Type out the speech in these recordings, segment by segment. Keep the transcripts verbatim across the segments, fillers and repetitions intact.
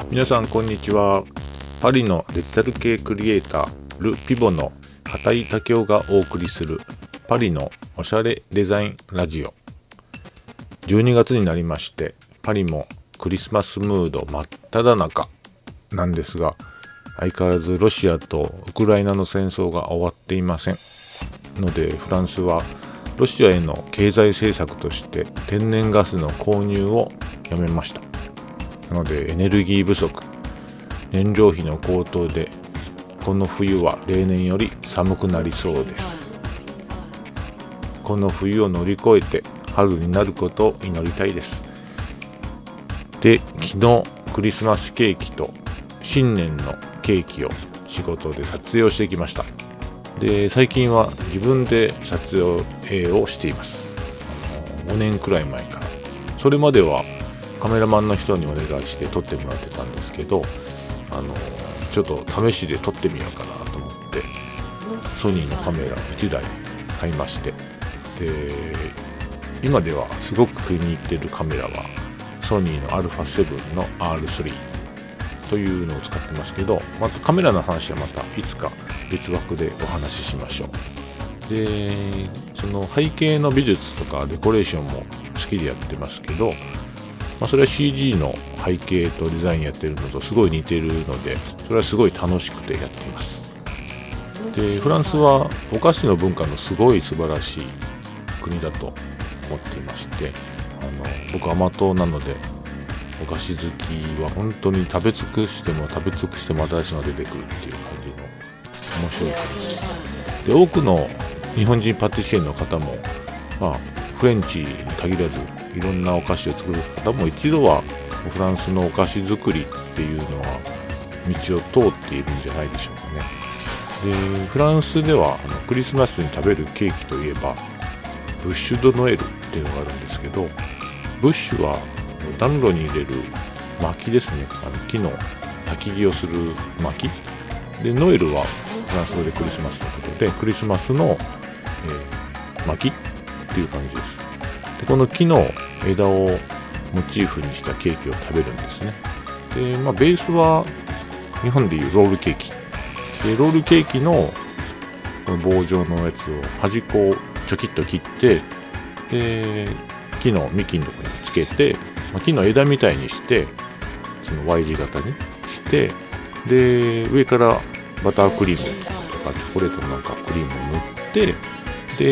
皆さんこんにちは。パリのデジタル系クリエイタールピボの片井武雄がお送りするパリのおしゃれデザインラジオ。じゅうにがつになりまして、パリもクリスマスムード真っ只中なんですが、相変わらずロシアとウクライナの戦争が終わっていませんので、フランスはロシアへの経済政策として天然ガスの購入をやめました。なのでエネルギー不足、燃料費の高騰でこの冬は例年より寒くなりそうです。この冬を乗り越えて春になることを祈りたいです。で、昨日クリスマスケーキと新年のケーキを仕事で撮影をしてきました。で、最近は自分で撮影をしています。ごねんくらい前から。それまではカメラマンの人にお願いして撮ってもらってたんですけど、あのちょっと試しで撮ってみようかなと思ってソニーのカメラをいちだい買いまして、で今ではすごく気に入っているカメラはソニーの アルファセブン の アールスリー というのを使ってますけど、またカメラの話はまたいつか別枠でお話ししましょう。で、その背景の美術とかデコレーションも好きでやってますけど、まあ、それは シージー の背景とデザインやってるのとすごい似てるので、それはすごい楽しくてやっています。で、フランスはお菓子の文化のすごい素晴らしい国だと思っていまして、あの僕甘党なのでお菓子好きは本当に食べ尽くしても食べ尽くしても新しいのが出てくるっていう感じの面白い国です。で、多くの日本人パティシエの方も、まあ、フレンチに限らずいろんなお菓子を作る方も一度はフランスのお菓子作りっていうのは道を通っているんじゃないでしょうかね。で、フランスではあのクリスマスに食べるケーキといえばブッシュ・ド・ノエルっていうのがあるんですけど、ブッシュは暖炉に入れる薪ですね。あの木の焚き木をする薪で、ノエルはフランス語でクリスマスということで、クリスマスの、えー、薪っていう感じです。で、この木の枝をモチーフにしたケーキを食べるんですね。で、まあ、ベースは日本でいうロールケーキで、ロールケーキのこの棒状のやつを端っこをちょきっと切って、で木の幹のところにつけて、まあ、木の枝みたいにしてその Y 字型にして、で上からバタークリームとかチョコレートのなんかクリームを塗って、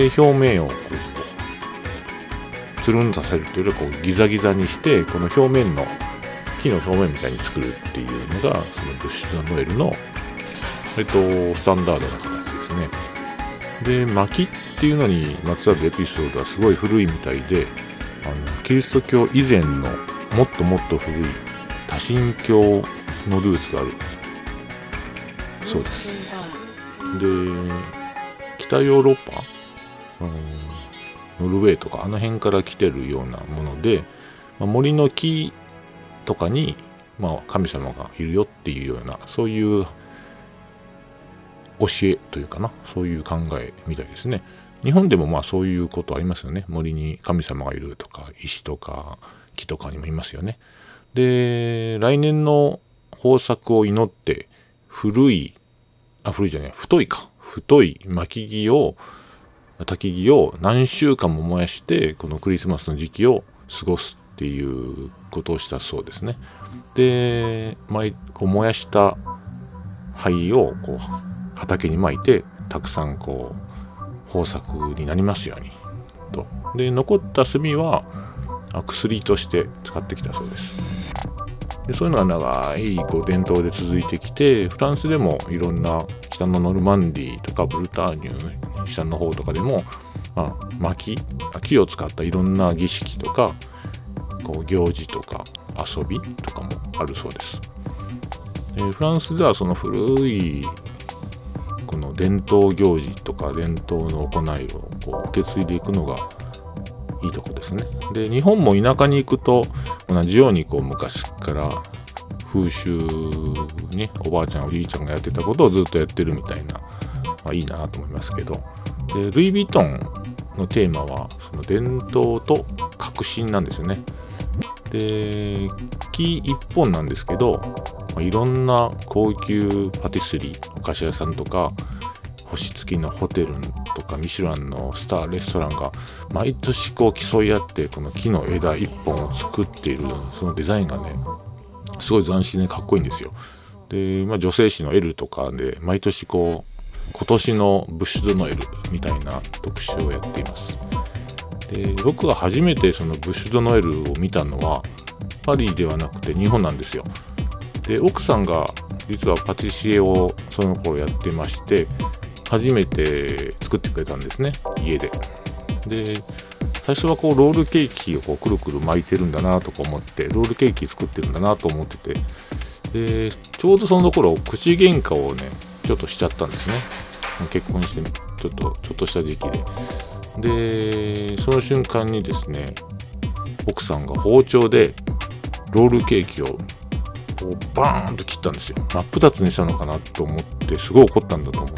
で表面をこうつるんとさせるというよりはこうギザギザにして、この表面の木の表面みたいに作るっていうのがそのブッシュ・ド・ノエルの、えっと、スタンダードな形ですね。で、薪っていうのにまつわるエピソードはすごい古いみたいで、あのキリスト教以前のもっともっと古い多神教のルーツがあるそうです。で、北ヨーロッパ、ノルウェーとかあの辺から来てるようなもので、まあ、森の木とかに、まあ、神様がいるよっていうような、そういう教えというかな、そういう考えみたいですね。日本でもまあそういうことありますよね。森に神様がいるとか、石とか木とかにもいますよね。で、来年の豊作を祈って古いあ古いじゃない太いか太い薪木を焚き木を何週間も燃やして、このクリスマスの時期を過ごすっていうことをしたそうですね。で、毎こう燃やした灰をこう畑に撒いて、たくさんこう豊作になりますようにと。で、残った炭は薬として使ってきたそうです。で、そういうのが長いこう伝統で続いてきて、フランスでもいろんな北のノルマンディーとかブルターニュ下の方とかでも、まあ、薪木を使ったいろんな儀式とかこう行事とか遊びとかもあるそうです。えー、フランスではその古いこの伝統行事とか伝統の行いをこう受け継いでいくのがいいとこですね。で、日本も田舎に行くと同じようにこう昔から風習ね、おばあちゃんおじいちゃんがやってたことをずっとやってるみたいな、まあ、いいなと思いますけど、でルイ・ヴィトンのテーマはその伝統と革新なんですよね。で、 木いっぽんなんですけど、まあ、いろんな高級パティスリーお菓子屋さんとか星付きのホテルとかミシュランのスターレストランが毎年こう競い合ってこの木の枝いっぽんを作っている、そのデザインがねすごい斬新でかっこいいんですよ。で、まあ、女性誌の エル とかで毎年こう今年のブッシュドノエルみたいな特集をやっています。で、僕が初めてそのブッシュドノエルを見たのはパリではなくて日本なんですよ。で、奥さんが実はパティシエをその頃やってまして初めて作ってくれたんですね、家で。で、最初はこうロールケーキをこうくるくる巻いてるんだなとか思って、ロールケーキ作ってるんだなと思ってて、でちょうどその頃口喧嘩をねちょっとしちゃったんですね。結婚してちょっとちょっとした時期で、でその瞬間にですね、奥さんが包丁でロールケーキをこうバーンと切ったんですよ。真っ二つにしたのかなと思って、すごい怒ったんだと思って、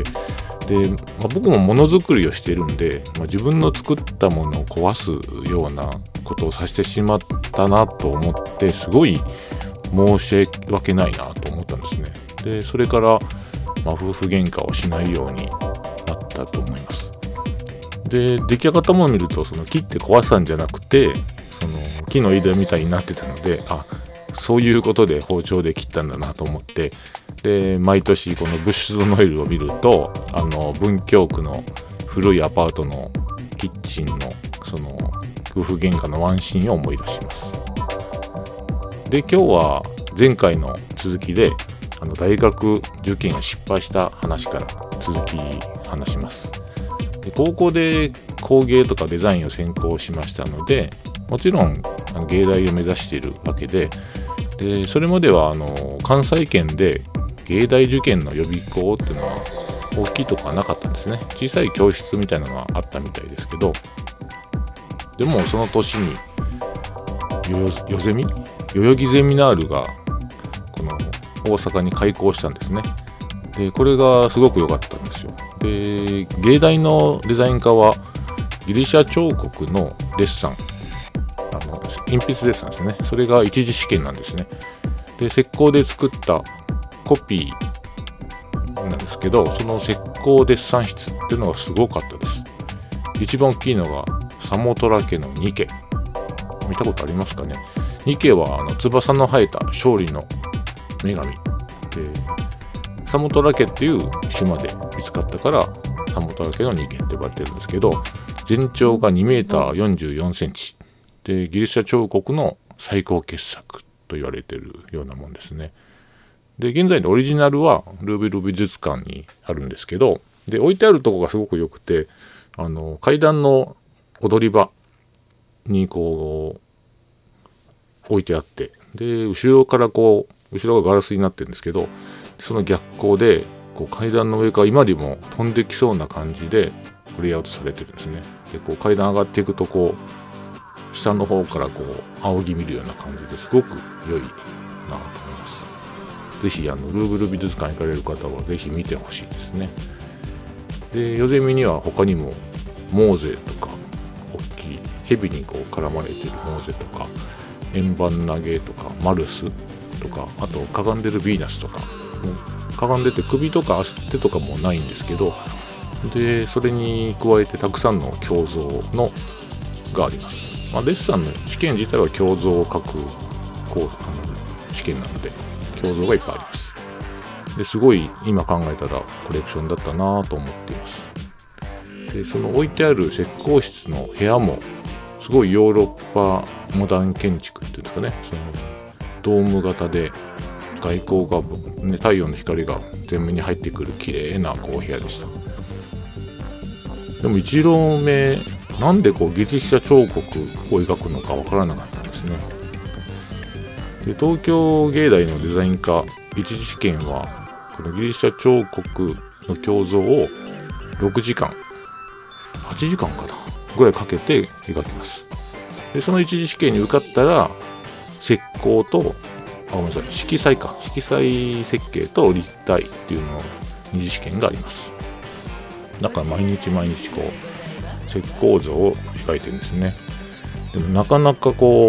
で、まあ、僕もものづくりをしているんで、まあ、自分の作ったものを壊すようなことをさせてしまったなと思って、すごい申し訳ないなと思ったんですね。で、それから、まあ、夫婦喧嘩をしないようになったと思います。で、出来上がったものを見ると、その切って壊したんじゃなくて、その木の枝みたいになってたので、あ、そういうことで包丁で切ったんだなと思って、で、毎年このブッシュドノエルを見ると、あの文京区の古いアパートのキッチンのその夫婦喧嘩のワンシーンを思い出します。で、今日は前回の続きで、あの大学受験を失敗した話から続き話します。で、高校で工芸とかデザインを専攻しましたので、もちろんあの芸大を目指しているわけで、でそれまではあの関西圏で芸大受験の予備校っていうのは大きいとこはなかったんですね。小さい教室みたいなのはあったみたいですけど、でもその年によゼミ代々木ゼミナールがこの大阪に開校したんですね。で、これがすごく良かったんですよ。で、芸大のデザイン科はギリシャ彫刻のデッサン、あの鉛筆デッサンですね。それが一次試験なんですね。で、石膏で作ったコピーなんですけど、その石膏デッサン室っていうのがすごかったです。一番大きいのがサモトラ家のニケ。見たことありますかね。ニケはあの翼の生えた勝利の女神で、サモトラ家っていう島で見つかったからサモトラ家のニケって呼ばれてるんですけど、全長がにメーターよんじゅうよんセンチで、ギリシャ彫刻の最高傑作と言われているようなもんですね。で、現在のオリジナルはルーブル美術館にあるんですけど、で置いてあるとこがすごく良くて、あの階段の踊り場にこう置いてあって、で後ろからこう後ろがガラスになってるんですけど、その逆光でこう階段の上から今でも飛んできそうな感じでレイアウトされてるんですね。で、こう階段上がっていくとこう下の方からこう仰ぎ見るような感じですごく良いなと思います。ぜひあのルーブル美術館行かれる方はぜひ見てほしいですね。で、ヨゼミには他にもモーゼとか大きい蛇にこう絡まれているモーゼとか円盤投げとかマルスとか、あとかがんでるヴィーナスとか、かがんでて首とか足手とかもないんですけど、でそれに加えてたくさんの胸像のがあります。まあ、デッサンの試験自体は胸像を描くこうあの試験なので胸像がいっぱいあります。ですごい今考えたらコレクションだったなと思っています。で、その置いてある石膏室の部屋もすごいヨーロッパモダン建築っていうんですかね、そのドーム型で外光が、ね、太陽の光が全面に入ってくる綺麗なこう部屋でした。でも一浪目なんでこうギリシャ彫刻を描くのかわからなかったんですね。で、東京芸大のデザイン科一次試験はこのギリシャ彫刻の胸像をろくじかんはちじかんかなぐらいかけて描きます。で、その一次試験に受かったら石膏とあごめんなさい色彩か色彩設計と立体っていうのを二次試験があります。だから毎日毎日こう石膏像を描いてるんですね。でもなかなかこう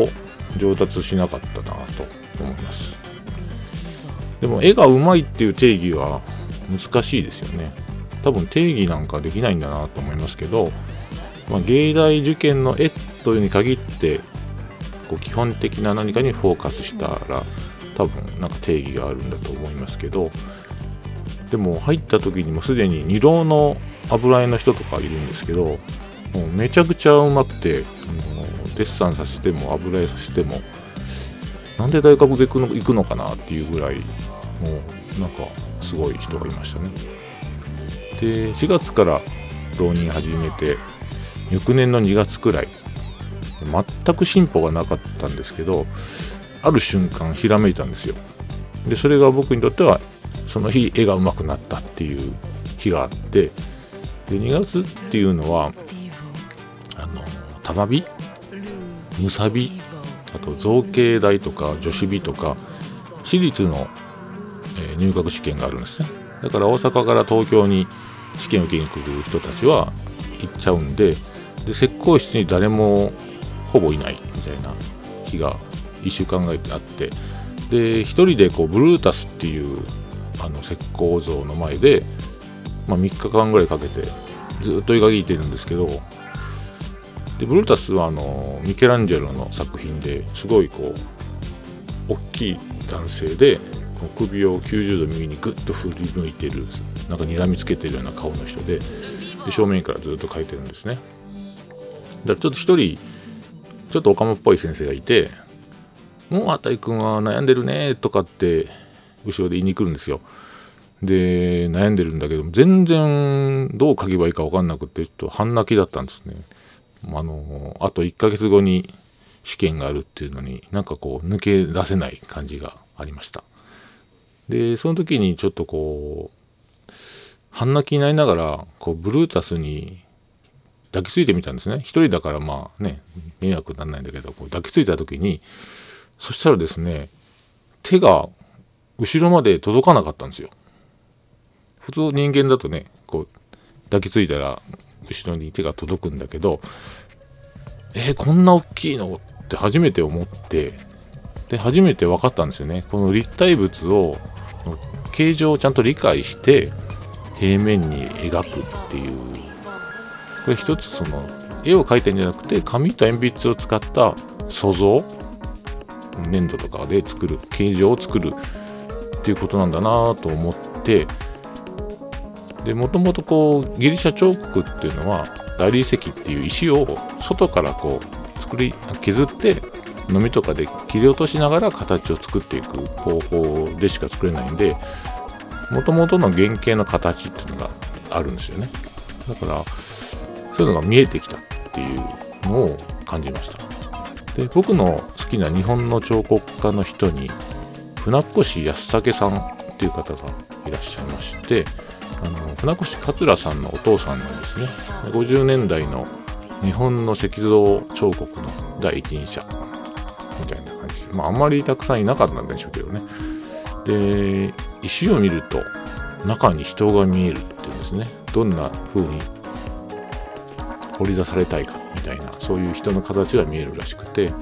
上達しなかったなと思います。でも絵がうまいっていう定義は難しいですよね。多分定義なんかできないんだなと思いますけど、まあ、芸大受験の絵というに限ってこう基本的な何かにフォーカスしたら多分なんか定義があるんだと思いますけど、でも入った時にもすでに二浪の油絵の人とかいるんですけど、もうめちゃくちゃうまくて、もうデッサンさせても油絵させてもなんで大学で行くの、行くのかなっていうぐらい、もうなんかすごい人がいましたね。でしがつから浪人始めて翌年のにがつくらい、全く進歩がなかったんですけど、ある瞬間ひらめいたんですよ。でそれが僕にとってはその日絵が上手くなったっていう日があって、でにがつっていうのはあの玉美、むさび、あと造形大とか女子美とか私立の、えー、入学試験があるんですね。だから大阪から東京に試験を受けに来る人たちは行っちゃうんで、で石膏室に誰もほぼいないみたいな日がいっしゅうかんぐらいあって、で一人でこうブルータスっていうあの石膏像の前で、まあ、みっかかんぐらいかけてずっと描いてるんですけど、でブルータスはあのミケランジェロの作品ですごいこう大きい男性で首をきゅうじゅうど右にグッと振り向いてる、なんか睨みつけてるような顔の人で、で正面からずっと描いてるんですね。だからちょっと一人ちょっとオカマっぽい先生がいて、もうあたいくんは悩んでるねとかって後ろで言いに来るんですよ。で悩んでるんだけど全然どう書けばいいか分かんなくて、ちょっと半泣きだったんですね。あのあといっかげつごに試験があるっていうのになんかこう抜け出せない感じがありました。でその時にちょっとこう半泣きになりながらこうブルータスに抱きついてみたんですね。一人だからまあね迷惑にならないんだけど、こう抱きついた時に、そしたらですね、手が後ろまで届かなかったんですよ。普通人間だとねこう抱きついたら後ろに手が届くんだけど、えー、こんな大きいのって初めて思って、で初めて分かったんですよね。この立体物を形状をちゃんと理解して平面に描くっていう、これ一つその絵を描いてるんじゃなくて紙と鉛筆を使った塑像、粘土とかで作る形状を作るっていうことなんだなと思って、でもともとこうギリシャ彫刻っていうのは大理石っていう石を外からこう作り削ってのみとかで切り落としながら形を作っていく方法でしか作れないんで、もともとの原型の形っていうのがあるんですよね。だからそういうのが見えてきたっていうのを感じました。で僕の好きな日本の彫刻家の人に船越康武さんっていう方がいらっしゃいまして、あの船越桂さんのお父さんなんですね。ごじゅうねんだいの日本の石像彫刻の第一人者みたいな感じで、まああんまりたくさんいなかったんでしょうけどね。で石を見ると中に人が見えるっていうんですね。どんな風に彫り出されたいかみたいな、そういう人の形が見えるらしくて、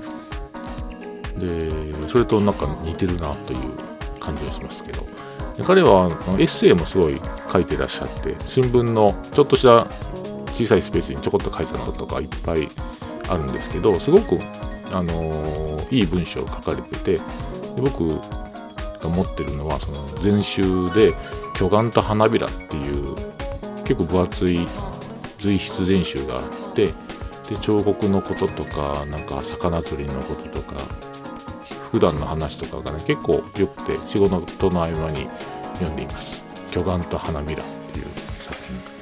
でそれとなんか似てるなという感じがしますけど、で彼はエッセイもすごい書いてらっしゃって、新聞のちょっとした小さいスペースにちょこっと書いたのとかいっぱいあるんですけど、すごく、あのー、いい文章を書かれてて、で僕が持ってるのはその全集で巨岩と花びらっていう結構分厚い随筆全集があって、で彫刻のこととかなんか魚釣りのこととか普段の話とかがね結構良くて、仕事の合間に読んでいます。巨岩と花びらっていう作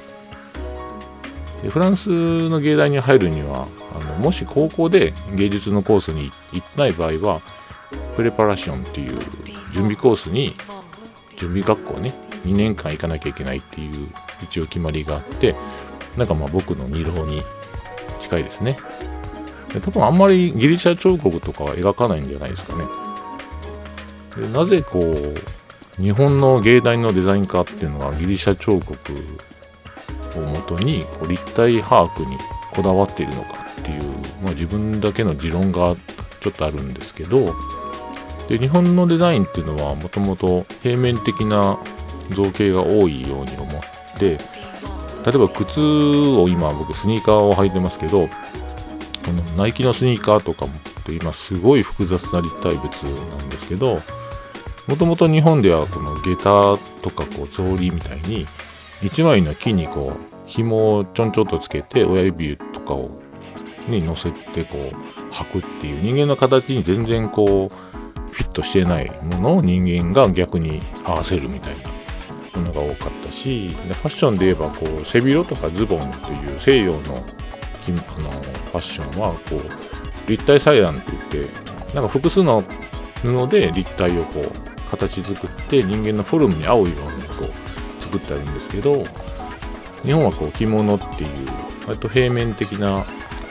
品で、フランスの芸大に入るにはあのもし高校で芸術のコースに行ってない場合はプレパラションっていう準備コースに準備学校ねにねんかん行かなきゃいけないっていう一応決まりがあって、なんかまあ僕の二浪に近いですね。で多分あんまりギリシャ彫刻とかは描かないんじゃないですかね。でなぜこう日本の芸大のデザイン科っていうのはギリシャ彫刻をもとにこう立体把握にこだわっているのかっていう、まあ、自分だけの持論がちょっとあるんですけど、で日本のデザインっていうのはもともと平面的な造形が多いように思って、例えば靴を今僕スニーカーを履いてますけど、このナイキのスニーカーとかも今すごい複雑な立体物なんですけど、もともと日本ではこの下駄とかこう草履みたいに一枚の木にこう紐をちょんちょんとつけて親指とかをに乗せてこう履くっていう、人間の形に全然こうフィットしてないものを人間が逆に合わせるみたいなものが多かったし、でファッションで言えばこう背広とかズボンという西洋のあのファッションはこう立体裁断といって、なんか複数の布で立体をこう形作って人間のフォルムに合うようにこう作ってあるんですけど、日本はこう着物っていう割と平面的な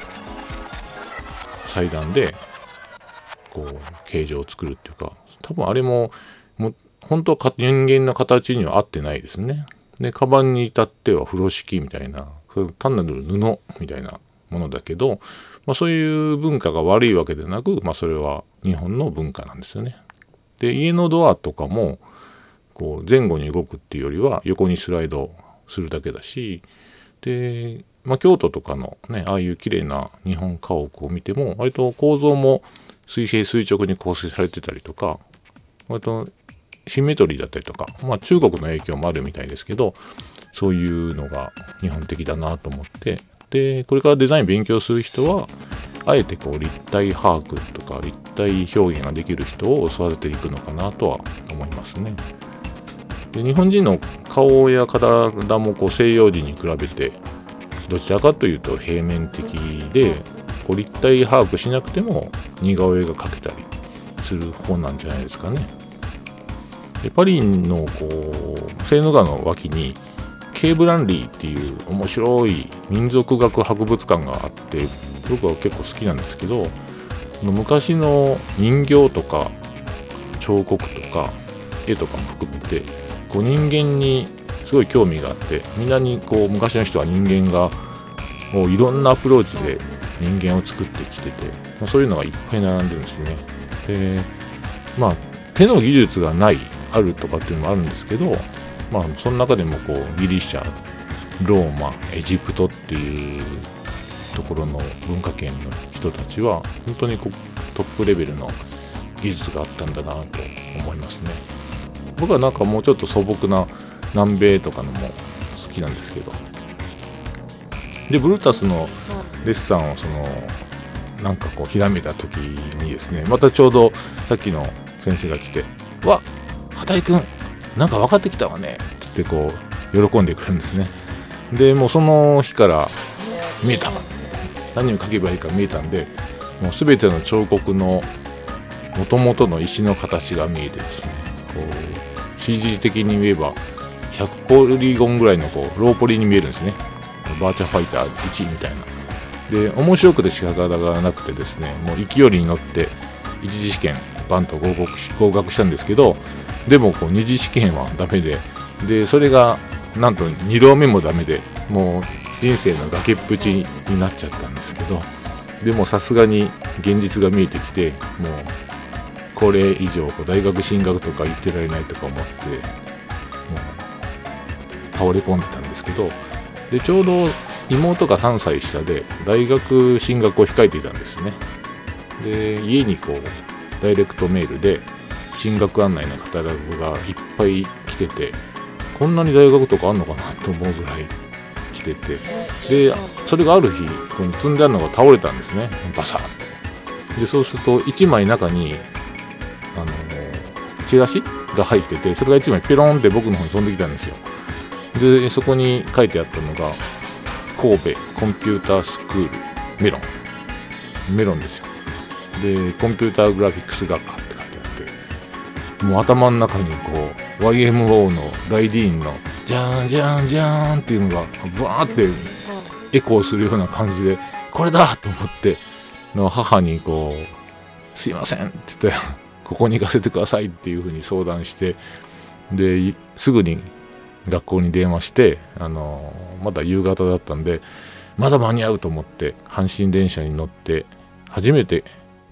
裁断でこう形状を作るっていうか、多分あれもも本当は人間の形には合ってないですね。でカバンに至っては風呂敷みたいな、単なる布みたいなものだけど、まあ、そういう文化が悪いわけでなく、まあ、それは日本の文化なんですよね。で家のドアとかもこう前後に動くっていうよりは横にスライドするだけだし、で、まあ、京都とかのねああいう綺麗な日本家屋を見ても割と構造も水平垂直に構成されてたりとか、割とシンメトリーだったりとか、まあ、中国の影響もあるみたいですけど、そういうのが日本的だなと思って、でこれからデザイン勉強する人はあえてこう立体把握とか立体表現ができる人を育てていくのかなとは思いますね。で日本人の顔や体もこう西洋人に比べてどちらかというと平面的で、こう立体把握しなくても似顔絵が描けたりする方なんじゃないですかね。でパリのこうセーヌ川の脇にケーブランリーっていう面白い民族学博物館があって、僕は結構好きなんですけど、昔の人形とか彫刻とか絵とかも含めてこう人間にすごい興味があって、みんなにこう昔の人は人間がもういろんなアプローチで人間を作ってきてて、まあ、そういうのがいっぱい並んでるんですね。でまあ手の技術がないあるとかっていうのもあるんですけど、まあその中でもこうギリシャ、ローマ、エジプトっていうところの文化圏の人たちは本当にこうトップレベルの技術があったんだなと思いますね。僕はなんかもうちょっと素朴な南米とかのも好きなんですけど、でブルータスのデッサンをそのなんかこうひらめいた時にですね、またちょうどさっきの先生が来て、わっ畑井くんなんか分かってきたわねつってこう喜んでくれるんですね。でもうその日から見えた、何を描けばいいか見えたんで、もう全ての彫刻の元々の石の形が見えてですね、こう シージー 的に言えばひゃくポリゴンぐらいのこうローポリに見えるんですね。バーチャファイターいちみたいな。で面白くて仕方がなくてですね、もう勢いに乗って一次試験バンと合格し合格したんですけど、でもこう二次試験はダメで、でそれがなんとにどめもダメで、もう人生の崖っぷちになっちゃったんですけど、でもさすがに現実が見えてきて、もうこれ以上大学進学とか言ってられないとか思ってもう倒れ込んでたんですけど、でちょうど妹がさんさい下で大学進学を控えていたんですね。で家にこうダイレクトメールで進学案内のカタログがいっぱい来てて、こんなに大学とかあんのかなと思うぐらい来てて、でそれがある日この積んであるのが倒れたんですね、バサッ。でそうするといちまい中にあのチラシが入ってて、それがいちまいペロンって僕の方に飛んできたんですよ。でそこに書いてあったのが神戸コンピュータースクールメロンメロンですよ。でコンピューターグラフィックス学科って書いてあって、もう頭の中にこう ワイエムオー の大ディーンのジャーンジャーンジャーンっていうのがブワーってエコーするような感じで、これだと思っての母にこうすいませんって言ってここに行かせてくださいっていうふうに相談して、ですぐに学校に電話して、あのまだ夕方だったんでまだ間に合うと思って阪神電車に乗って初めて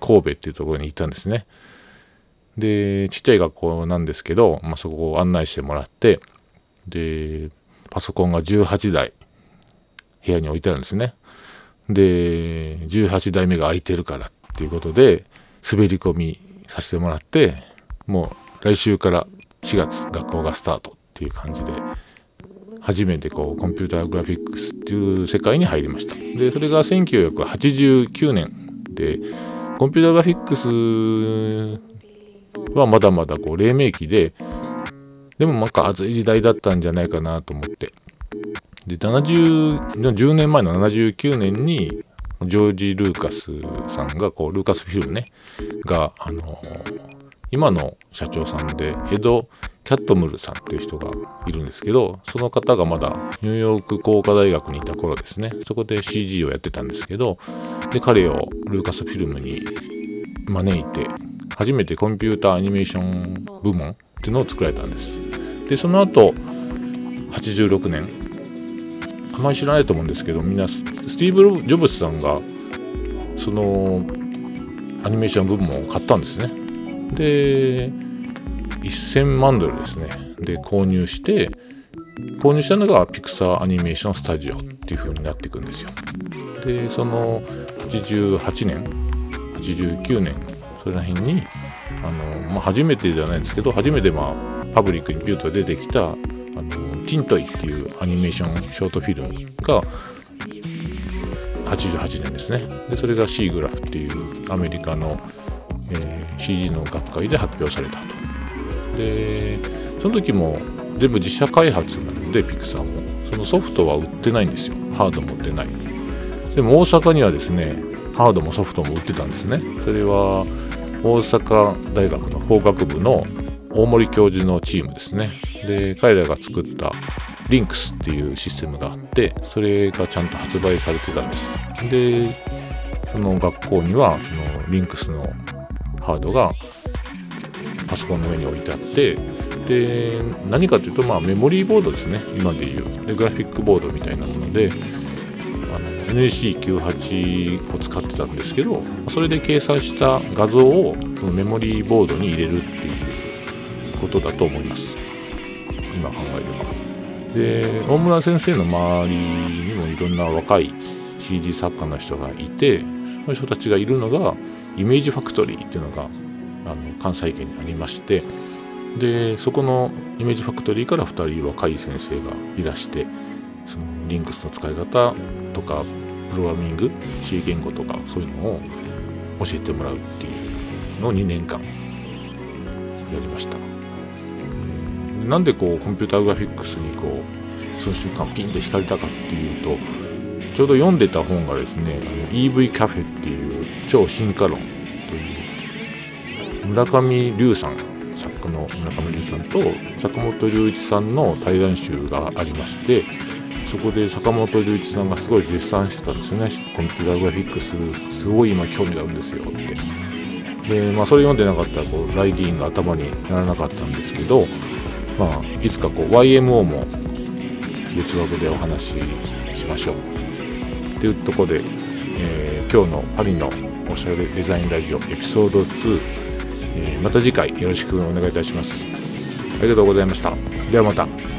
神戸っていうところに行ったんですね。でちっちゃい学校なんですけど、まあ、そこを案内してもらって、でパソコンがじゅうはちだい部屋に置いてあるんですね。でじゅうはちだいめが空いてるからっていうことで滑り込みさせてもらって、もう来週からしがつ学校がスタートっていう感じで、初めてこうコンピューターグラフィックスっていう世界に入りました。でそれがせんきゅうひゃくはちじゅうきゅうねんで、コンピューターグラフィックスはまだまだこう黎明期で、でもなんか熱い時代だったんじゃないかなと思って、でななじゅう、じゅうねんまえのななじゅうきゅうねんにジョージ・ルーカスさんがこうルーカスフィルムねが、あのー、今の社長さんでエド・キャットムルさんっていう人がいるんですけど、その方がまだニューヨーク工科大学にいた頃ですね、そこで シージー をやってたんですけど、で彼をルーカスフィルムに招いて初めてコンピューターアニメーション部門っていうのを作られたんです。でその後はちじゅうろくねん、あまり知らないと思うんですけど、みんなスティーブ・ジョブズさんがそのアニメーション部門を買ったんですね。でせんまんドルですねで購入して、購入したのがピクサーアニメーションスタジオっていう風になっていくんですよ。でそのはちじゅうはちねんはちじゅうきゅうねんそれら辺にあの、まあ、初めてではないんですけど、初めてまあパブリックにピューと出てきたあのティントイっていうアニメーションショートフィルムがはちじゅうはちねんですね。でそれがシーグラフっていうアメリカの、えー、シージー の学会で発表されたと。でその時も全部自社開発なので、ピクサーもそのソフトは売ってないんですよ。ハードも売ってない。でも大阪にはですねハードもソフトも売ってたんですね。それは大阪大学の法学部の大森教授のチームですね。で彼らが作ったリンクスっていうシステムがあって、それがちゃんと発売されてたんです。でその学校にはそのリンクスのハードがパソコンの上に置いてあって、で何かというと、まあ、メモリーボードですね、今でいうでグラフィックボードみたいなもので、あの エヌエーシーきゅうじゅうはち を使ってたんですけど、それで計算した画像をそのメモリーボードに入れるっていうことだと思います、今考えれば。で大村先生の周りにもいろんな若い シージー 作家の人がいて、そういう人たちがいるのがイメージファクトリーっていうのがあの関西圏にありまして、でそこのイメージファクトリーからふたり若い先生がいらして、そのリンクスの使い方とかプログラミング C 言語とかそういうのを教えてもらうっていうのをにねんかんやりました。なんでこうコンピューターグラフィックスにこうその瞬間ピンと惹かれたかっていうと、ちょうど読んでた本がですね、あの イーブイ カフェっていう超進化論という村上龍さん、作家の村上龍さんと坂本龍一さんの対談集がありまして、そこで坂本龍一さんがすごい絶賛してたんですよね。コンピューターグラフィックスすごい今興味があるんですよって。でまあそれ読んでなかったらこうライディーンが頭にならなかったんですけど、まあいつかこう ワイエムオー も別枠でお話ししましょうっていうところで、えー、今日のパリのおしゃれデザインラジオエピソードツー、えー、また次回よろしくお願いいたします。ありがとうございました。ではまた。